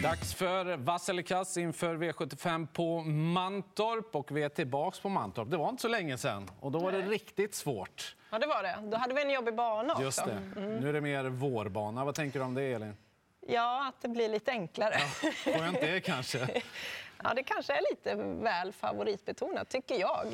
Dags för Vasselikas inför V75 på Mantorp. Och vi är tillbaka på Mantorp. Det var inte så länge sedan. Och då var det riktigt svårt. Ja, det var det. Då hade vi en jobbig bana också. Just det. Nu är det mer vårbana. Vad tänker du om det, Elin? Ja, att det blir lite enklare. Ja, får jag inte det kanske? Ja, det kanske är lite väl favoritbetonat, tycker jag.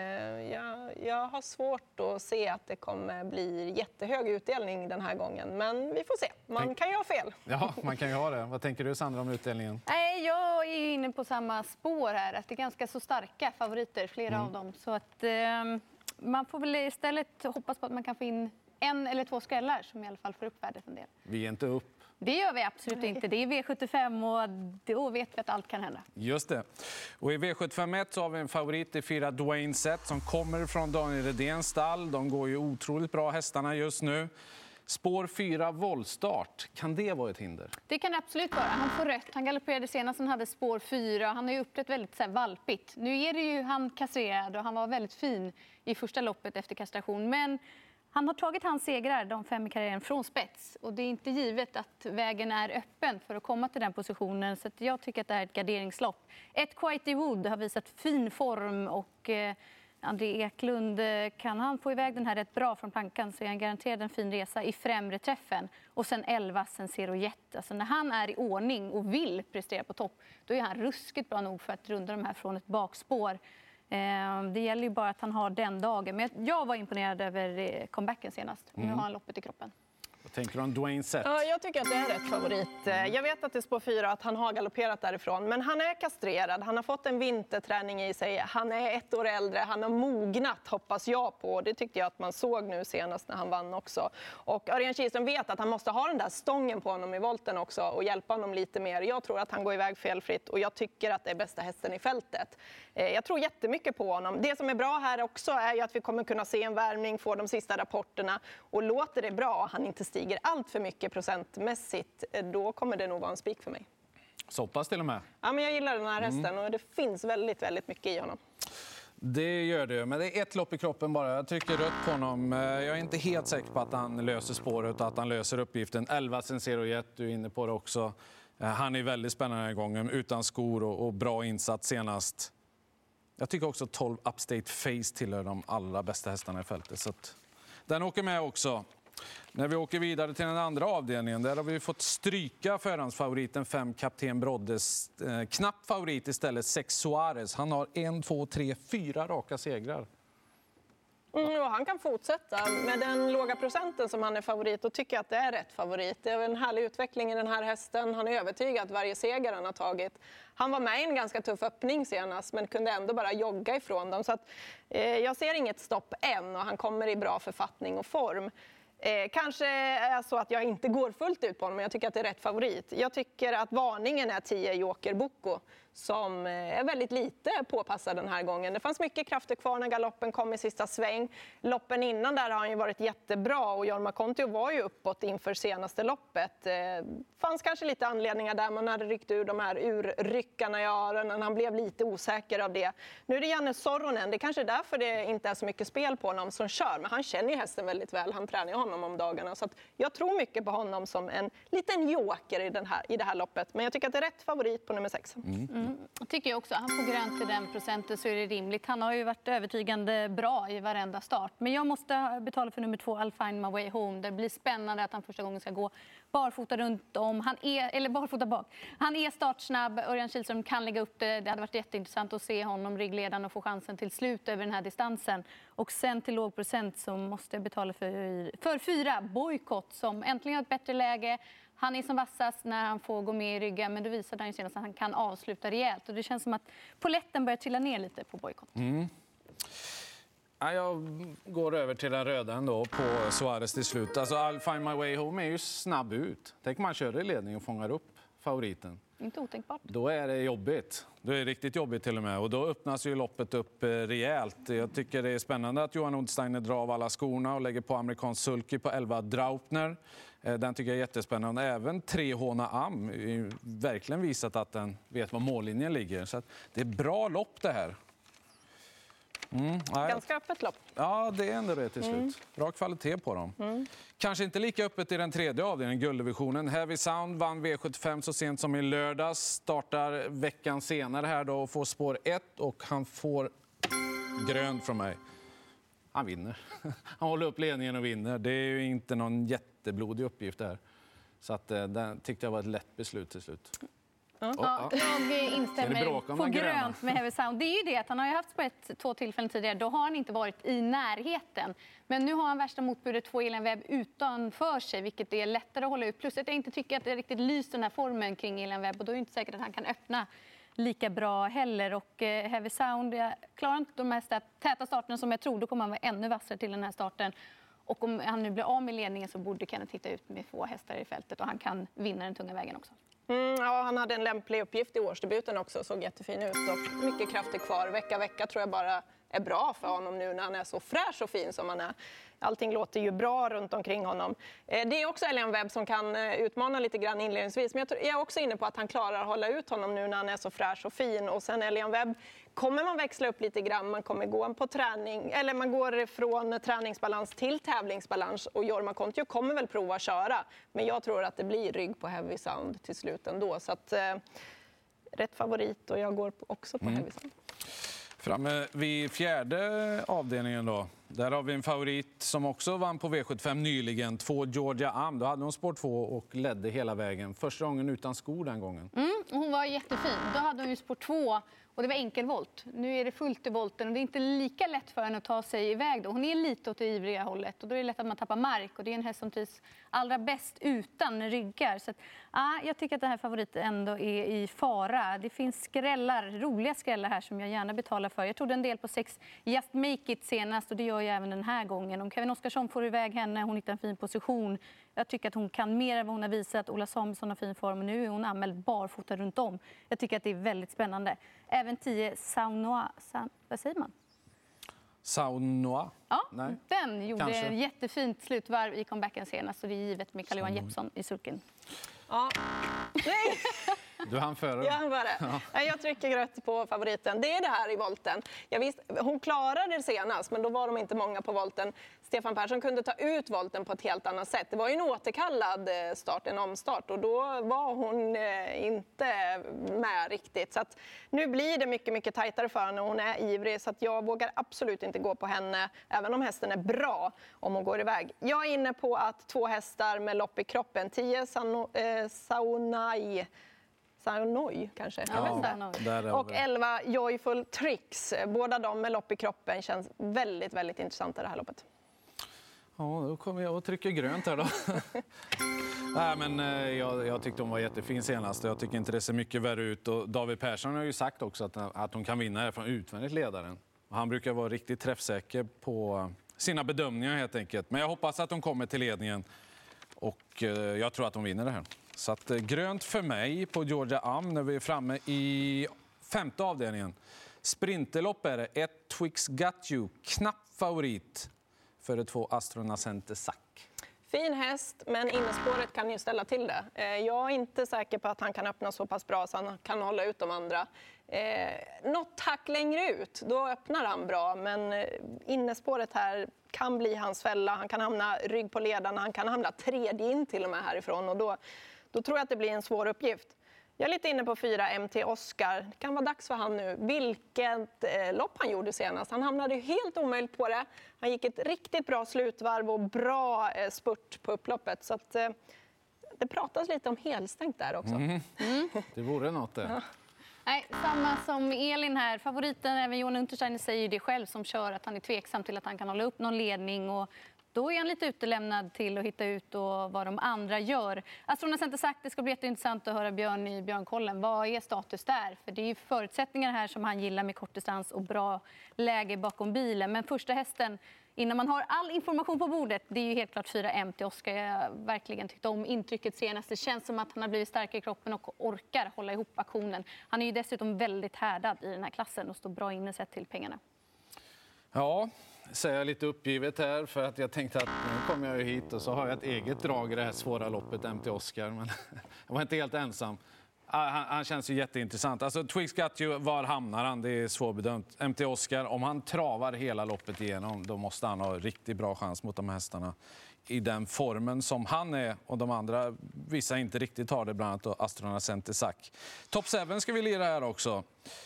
Jag har svårt att se att det kommer bli jättehög utdelning den här gången. Men vi får se. Man kan ju ha fel. Ja, man kan ju ha det. Vad tänker du, Sandra, om utdelningen? Nej, jag är inne på samma spår här. Att det är ganska så starka favoriter, flera av dem. Så att man får väl istället hoppas på att man kan få in en eller två skrällar som i alla fall får upp värdet en del. Vi är inte upp. Det gör vi absolut inte. Det är V75 och då vet vi att allt kan hända. Just det. Och i V75 så har vi en favorit i 4 Dwayne Set som kommer från Daniel Redéns stall. De går ju otroligt bra, hästarna, just nu. Spår 4 voltstart. Kan det vara ett hinder? Det kan det absolut vara. Han får rätt. Han galopperade senast, han hade spår 4. Han har ju uppträtt väldigt så här valpigt. Nu är det ju han kastrerad och han var väldigt fin i första loppet efter kastration. Men han har tagit hans segrar, de 5 i karriären, från spets. Och det är inte givet att vägen är öppen för att komma till den positionen. Så att jag tycker att det är ett garderingslopp. Ett Quitey Wood har visat fin form och André Eklund, kan han få iväg den här rätt bra från plankan så är han garanterad en fin resa i främre träffen. Och sen 11 Sensero Jet. Alltså när han är i ordning och vill prestera på topp, då är han ruskigt bra nog för att runda de här från ett bakspår. Det gäller ju bara att han har den dagen. Men jag var imponerad över comebacken senast. Nu har han loppet i kroppen. Vad tänker du om Dwayne Set? Ja, jag tycker att det är rätt favorit. Jag vet att det är spår 4 att han har galopperat därifrån. Men han är kastrerad. Han har fått en vinterträning i sig. Han är 1 år äldre. Han har mognat, hoppas jag på. Det tyckte jag att man såg nu senast när han vann också. Och Örjan Kihlström vet att han måste ha den där stången på honom i volten också och hjälpa honom lite mer. Jag tror att han går iväg felfritt och jag tycker att det är bästa hästen i fältet. Jag tror jättemycket på honom. Det som är bra här också är ju att vi kommer kunna se en värmning, få de sista rapporterna. Och låter det bra, han inte stiger allt för mycket procentmässigt, då kommer det nog vara en spik för mig. Så pass till och med? Ja, men jag gillar den här hästen och det finns väldigt, väldigt mycket i honom. Det gör det, men det är ett lopp i kroppen bara. Jag trycker rött på honom. Jag är inte helt säker på att han löser spåret och att han löser uppgiften. 11 Sensero Jet, du är inne på det också. Han är väldigt spännande den här gången, utan skor och bra insats senast. Jag tycker också 12 Upstate Face tillhör de allra bästa hästarna i fältet. Så att den åker med också. När vi åker vidare till den andra avdelningen, där har vi fått stryka förhandsfavoriten 5 Kapten Broddes. Knapp favorit istället 6 Suarez. Han har 1, 2, 3, 4 raka segrar. Och han kan fortsätta med den låga procenten som han är favorit och tycker att det är rätt favorit. Det är en härlig utveckling i den här hästen. Han är övertygad varje seger han har tagit. Han var med i en ganska tuff öppning senast men kunde ändå bara jogga ifrån dem. Så att, jag ser inget stopp än och han kommer i bra författning och form. Kanske är så att jag inte går fullt ut på honom, men jag tycker att det är rätt favorit. Jag tycker att varningen är 10 Joker Boko som är väldigt lite påpassad den här gången. Det fanns mycket krafter kvar när galoppen kom i sista sväng. Loppen innan där har han ju varit jättebra och Jorma Kontio var ju uppåt inför senaste loppet. Det fanns kanske lite anledningar där man hade ryckt ur de här urryckarna i öronen. Han blev lite osäker av det. Nu är det Janne Sorronen. Det är kanske därför det inte är så mycket spel på honom som kör. Men han känner ju hästen väldigt väl. Han tränar ju honom om dagarna. Så att jag tror mycket på honom som en liten joker i det här loppet. Men jag tycker att det är rätt favorit på nummer 6. Jag tycker också han får grönt till den procenten så är det rimligt. Han har ju varit övertygande bra i varenda start. Men jag måste betala för nummer 2 I'll find my way home. Det blir spännande att han första gången ska gå barfota runt om. Barfota bak. Han är startsnabb. Örjan Kihlström kan lägga upp det. Det hade varit jätteintressant att se honom ryggledaren och få chansen till slut över den här distansen. Och sen till låg procent så måste jag betala för 4 Boykott som äntligen har ett bättre läge. Han är som vassast när han får gå med i ryggen, men då visade han ju senast att han kan avsluta rejält. Och det känns som att poletten börjar trilla ner lite på Boykott. Ja, jag går över till den röda ändå på Suarez till slut. Alltså I'll find my way home är ju snabb ut. Tänk man kör i ledning och fångar upp favoriten. Inte otänkbart. Då är det jobbigt. Då är det riktigt jobbigt till och med. Och då öppnas ju loppet upp rejält. Jag tycker det är spännande att Johan Oldsteiner drar av alla skorna och lägger på amerikansk sulky på 11 Draupner. Den tycker jag är jättespännande. Även 3 Hona Am verkligen visat att den vet var mållinjen ligger. Så att det är bra lopp det här. Ganska öppet lopp. Ja, det är ändå det till slut. Bra kvalitet på dem. Kanske inte lika öppet i den tredje avdelningen, gulddivisionen. Heavy Sound vann V75 så sent som i lördags. Startar veckan senare här då och får spår 1 och han får grönt från mig. Han vinner. Han håller upp ledningen och vinner. Det är ju inte någon jätteblodig uppgift där. Så att, den tyckte jag var ett lätt beslut till slut. Ja, jag instämmer på grönt med Heavy Sound. Det är ju det att han har ju haft på 2 tillfällen tidigare. Då har han inte varit i närheten. Men nu har han värsta motbudet 2 Alien Webb utanför sig, vilket är lättare att hålla ut. Plus att jag inte tycker att det riktigt lyser den här formen kring Alien Webb. Och då är det inte säkert att han kan öppna lika bra heller. Och Heavy Sound, jag klarar inte de här täta starterna som jag tror. Då kommer han vara ännu vassare till den här starten. Och om han nu blir av med ledningen så borde Kenneth titta ut med 2 hästar i fältet. Och han kan vinna den tunga vägen också. Ja, han hade en lämplig uppgift i årsdebuten också, såg jättefin ut och mycket krafter kvar. Vecka tror jag bara är bra för honom nu när han är så fräsch och fin som han är. Allting låter ju bra runt omkring honom. Det är också Alien Webb som kan utmana lite grann inledningsvis, men jag är också inne på att han klarar att hålla ut honom nu när han är så fräsch och fin. Och sen Alien Webb kommer man växla upp lite grann, man kommer gå på träning, eller man går från träningsbalans till tävlingsbalans och Jorma Kontio kommer väl prova att köra. Men jag tror att det blir rygg på Heavy Sound till slut ändå. Så att, rätt favorit och jag går också på Heavy Sound. Framme vid fjärde avdelningen då. Där har vi en favorit som också vann på V75 nyligen. 2 Georgia Am. Då hade hon spår 2 och ledde hela vägen. Första gången utan skor den gången. Hon var jättefin. Då hade hon ju spår 2 och det var enkelvolt. Nu är det fullt i volten och det är inte lika lätt för henne att ta sig iväg då. Hon är lite åt det ivriga hållet och då är det lätt att man tappar mark. Och det är en häst som trivs allra bäst utan ryggar. Så att, jag tycker att den här favoriten ändå är i fara. Det finns skrällar, roliga skrällar här som jag gärna betalar för. Jag tog en del på 6 Just Make It senast och det gör jag även den här gången. Om Kevin Oskarsson får iväg henne, hon hittar en fin position. Jag tycker att hon kan mer än vad hon har visat. Ola Samuelsson har fin form och nu är hon anmäld barfota runt om. Jag tycker att det är väldigt spännande. Även 10 Saunoa, vad säger man? Saunoa? Ja, nej. Den gjorde Kanske. en jättefint slutvarv i comebacken senast och det är givet med Carl-Johan Jeppsson i sulken. Ja. Nej. Du hann före. Ja, han var det. Ja. Jag trycker rött på favoriten. Det är det här i volten. Jag visst, hon klarade det senast, men då var de inte många på volten. Stefan Persson kunde ta ut volten på ett helt annat sätt. Det var ju en återkallad start, en omstart, och då var hon inte med riktigt. Så att nu blir det mycket, mycket tajtare för henne och hon är ivrig, så att jag vågar absolut inte gå på henne, även om hästen är bra om hon går iväg. Jag är inne på att 2 hästar med lopp i kroppen, 10 Saunoi kanske. Och 11 Joyful Tricks. Båda de med lopp i kroppen känns väldigt, väldigt intressanta det här loppet. Ja, då kommer jag och trycker grönt här då. Nej, men jag tyckte hon var jättefin senast. Jag tycker inte det ser mycket värre ut. Och David Persson har ju sagt också att hon kan vinna här från utvändigt ledaren. Och han brukar vara riktigt träffsäker på sina bedömningar helt enkelt. Men jag hoppas att hon kommer till ledningen. Och jag tror att hon vinner det här. Så att, grönt för mig på Georgia Am när vi är framme i 5:e avdelningen. Sprinterlopp är det. 1 Twix Got You. Knapp favorit för 2 Astronacente Sack. Fin häst, men innespåret kan ju ställa till det. Jag är inte säker på att han kan öppna så pass bra så han kan hålla ut de andra. Något tack längre ut, då öppnar han bra. Men innespåret här kan bli hans fälla. Han kan hamna rygg på ledarna, han kan hamna tredje in till och med härifrån. Och då tror jag att det blir en svår uppgift. Jag är lite inne på 4 MT Oscar. Det kan vara dags för han nu. Vilket lopp han gjorde senast. Han hamnade ju helt omöjligt på det. Han gick ett riktigt bra slutvarv och bra spurt på upploppet. Så att, det pratas lite om helstängt där också. Det vore något det. Ja. Nej, samma som Elin här. Favoriten, även Johan Untersteiner säger ju det själv som kör, att han är tveksam till att han kan hålla upp någon ledning. Och då är han lite utelämnad till att hitta ut och vad de andra gör. Astronacente Sack, det ska bli jätteintressant att höra Björn i Björnkollen. Vad är status där? För det är ju förutsättningar här som han gillar med kortdistans och bra läge bakom bilen. Men första hästen, innan man har all information på bordet, det är ju helt klart 4 MT Oscar. Jag verkligen tyckte om intrycket senast. Det känns som att han har blivit starkare i kroppen och orkar hålla ihop aktionen. Han är ju dessutom väldigt härdad i den här klassen och står bra inne sett till pengarna. Ja, säger jag lite uppgivet här för att jag tänkte att nu kommer jag ju hit och så har jag ett eget drag i det här svåra loppet MT Oscar. Men jag var inte helt ensam. Han känns ju jätteintressant. Alltså, Twigs Got You, var hamnar han? Det är svårbedömt. MT Oscar, om han travar hela loppet igenom, då måste han ha riktigt bra chans mot de hästarna. I den formen som han är och de andra, vissa inte riktigt har det, bland annat Astrona Centesac. Top 7 ska vi lira här också.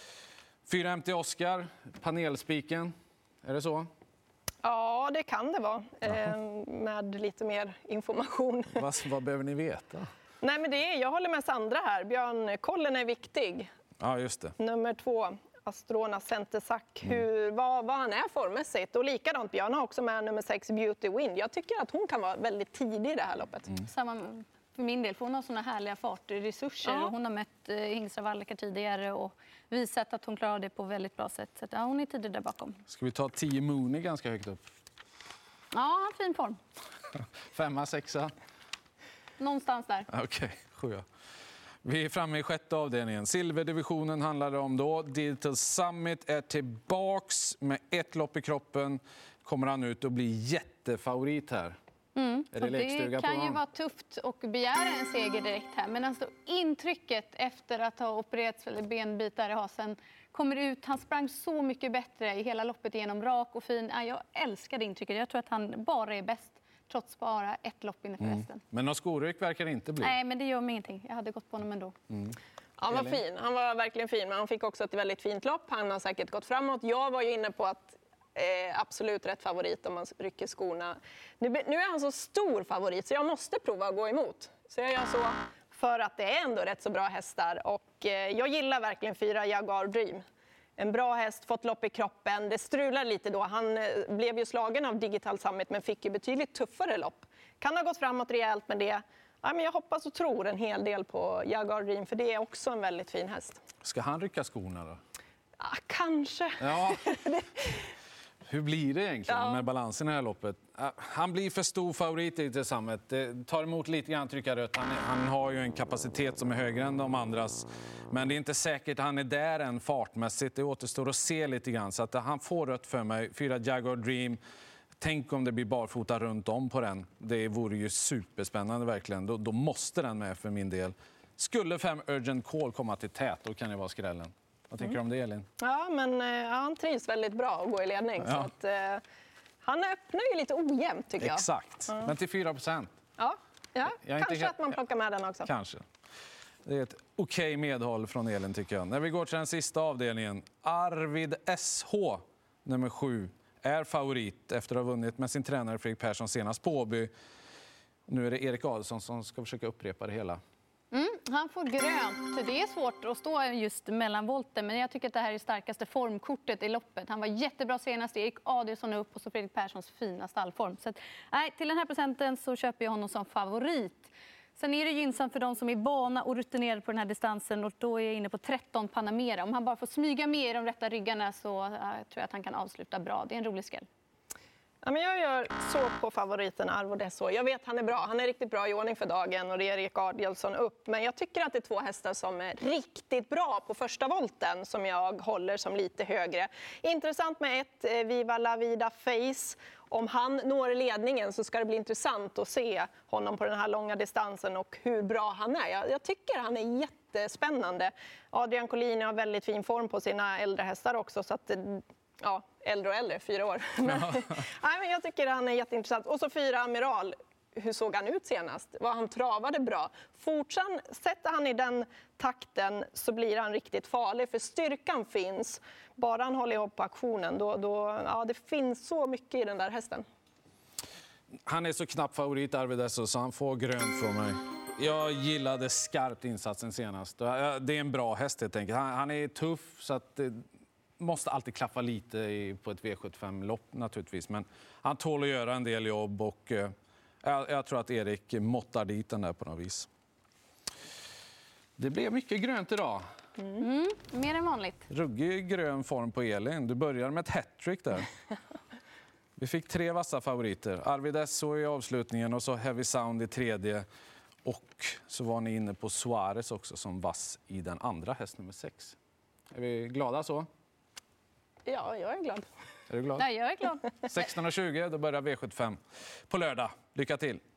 4 MT Oscar, panelspiken. Är det så? Ja, det kan det vara. Med lite mer information. Vad behöver ni veta? Nej, men jag håller med Sandra här. Björn Kollen är viktig. Ja, just det. Nummer 2, Astrona Centesac. Vad han är formmässigt. Och likadant, Björn har också med nummer 6, Beauty Wind. Jag tycker att hon kan vara väldigt tidig i det här loppet. Samma för min del, för hon har såna härliga fartresurser. Ja. Och hon har mött Hingstar Vallika tidigare och visat att hon klarar det på väldigt bra sätt. Så att, ja, hon är tidig där bakom. Ska vi ta 10 Mooney ganska högt upp? Ja, fin form. 5, 6. Någonstans där. Okej, 7. Vi är framme i 6:e avdelningen. Silverdivisionen handlar det om då. Digital Summit är tillbaks med 1 lopp i kroppen. Kommer han ut och blir jättefavorit här? Är det lekstuga det på kan ju honom? vara tufft att begära en seger direkt här. Men alltså, intrycket efter att ha opererats eller benbitar i hasen kommer ut. Han sprang så mycket bättre i hela loppet igenom, rak och fin. Ja, jag älskar det intrycket. Jag tror att han bara är bäst trots bara 1 lopp inför resten. Men någon skoryck verkar det inte bli. Nej, men det gör mig ingenting. Jag hade gått på honom ändå. Han var fin. Han var verkligen fin, men han fick också ett väldigt fint lopp. Han har säkert gått framåt. Jag var ju inne på att absolut rätt favorit om man rycker skorna. Nu är han så stor favorit så jag måste prova att gå emot. Så jag gör så för att det är ändå rätt så bra hästar. Och jag gillar verkligen 4 Jaguar Dream. En bra häst, fått lopp i kroppen. Det strular lite då. Han blev ju slagen av Digital Summit men fick ju betydligt tuffare lopp. Kan ha gått framåt rejält med det. Ja, men jag hoppas och tror en hel del på Jaguar Dream för det är också en väldigt fin häst. Ska han rycka skorna då? Ja, kanske. Ja. Hur blir det egentligen med balansen i det här loppet? Han blir för stor favorit i tillsammans. Det tar emot lite grann trycka rött. Han har ju en kapacitet som är högre än de andras. Men det är inte säkert att han är där än fartmässigt. Det återstår att se lite grann. Så att han får rött för mig. 4 Jaguar Dream. Tänk om det blir barfota runt om på den. Det vore ju superspännande verkligen. Då måste den med för min del. Skulle 5 Urgent Call komma till tät, då kan det vara skrällen. Vad tycker du om det, Elin? Ja, men han trivs väldigt bra att gå i ledning. Ja. Så att, han öppnar ju lite ojämnt tycker jag. Exakt, men till 4%. Ja, Jag är inte kanske helt- att man plockar med den också. Kanske. Det är ett okej medhåll från Elin tycker jag. När vi går till den sista avdelningen. Arvid SH, nummer 7, är favorit efter att ha vunnit med sin tränare Fredrik Persson senast på Åby. Nu är det Erik Adelsson som ska försöka upprepa det hela. Han får grönt. Det är svårt att stå just mellan volten, men jag tycker att det här är starkaste formkortet i loppet. Han var jättebra senast, Erik Adelsson upp och så Fredrik Perssons fina stallform. Så att, nej, till den här procenten så köper jag honom som favorit. Sen är det gynnsamt för de som är vana och rutinerade på den här distansen och då är jag inne på 13 Panamera. Om han bara får smyga med i de rätta ryggarna så tror jag att han kan avsluta bra. Det är en rolig skräll. Ja, men jag gör så på favoriten Arvid SH. Jag vet han är bra. Han är riktigt bra i ordning för dagen och det är Erik Adelsson upp. Men jag tycker att det är 2 hästar som är riktigt bra på första volten som jag håller som lite högre. Intressant med 1 Viva La Vida Face. Om han når ledningen så ska det bli intressant att se honom på den här långa distansen och hur bra han är. Jag tycker han är jättespännande. Adrian Collini har väldigt fin form på sina äldre hästar också. Så att, ja, äldre och äldre, 4 år. Men jag tycker han är jätteintressant. Och så 4 Amiral. Hur såg han ut senast? Han travade bra. Sätter han i den takten så blir han riktigt farlig. För styrkan finns. Bara han håller ihop på aktionen. Det finns så mycket i den där hästen. Han är så knapp favorit, Arvid SH, så han får grönt från mig. Jag gillade skarpt insatsen senast. Det är en bra häst helt enkelt. Han är tuff så att det måste alltid klaffa lite på ett V75-lopp naturligtvis. Men han tål att göra en del jobb och jag tror att Erik måttar dit den där på något vis. Det blev mycket grönt idag. Mer än vanligt. Ruggig grön form på Elin. Du börjar med ett hattrick där. Vi fick 3 vassa favoriter. Arvid SH i avslutningen och så Heavy Sound i tredje. Och så var ni inne på Suarez också som vass i den andra, häst nummer 6. Är vi glada så? Ja, jag är glad. Är du glad? Nej, jag är glad. 16:20, då börjar V75 på lördag. Lycka till!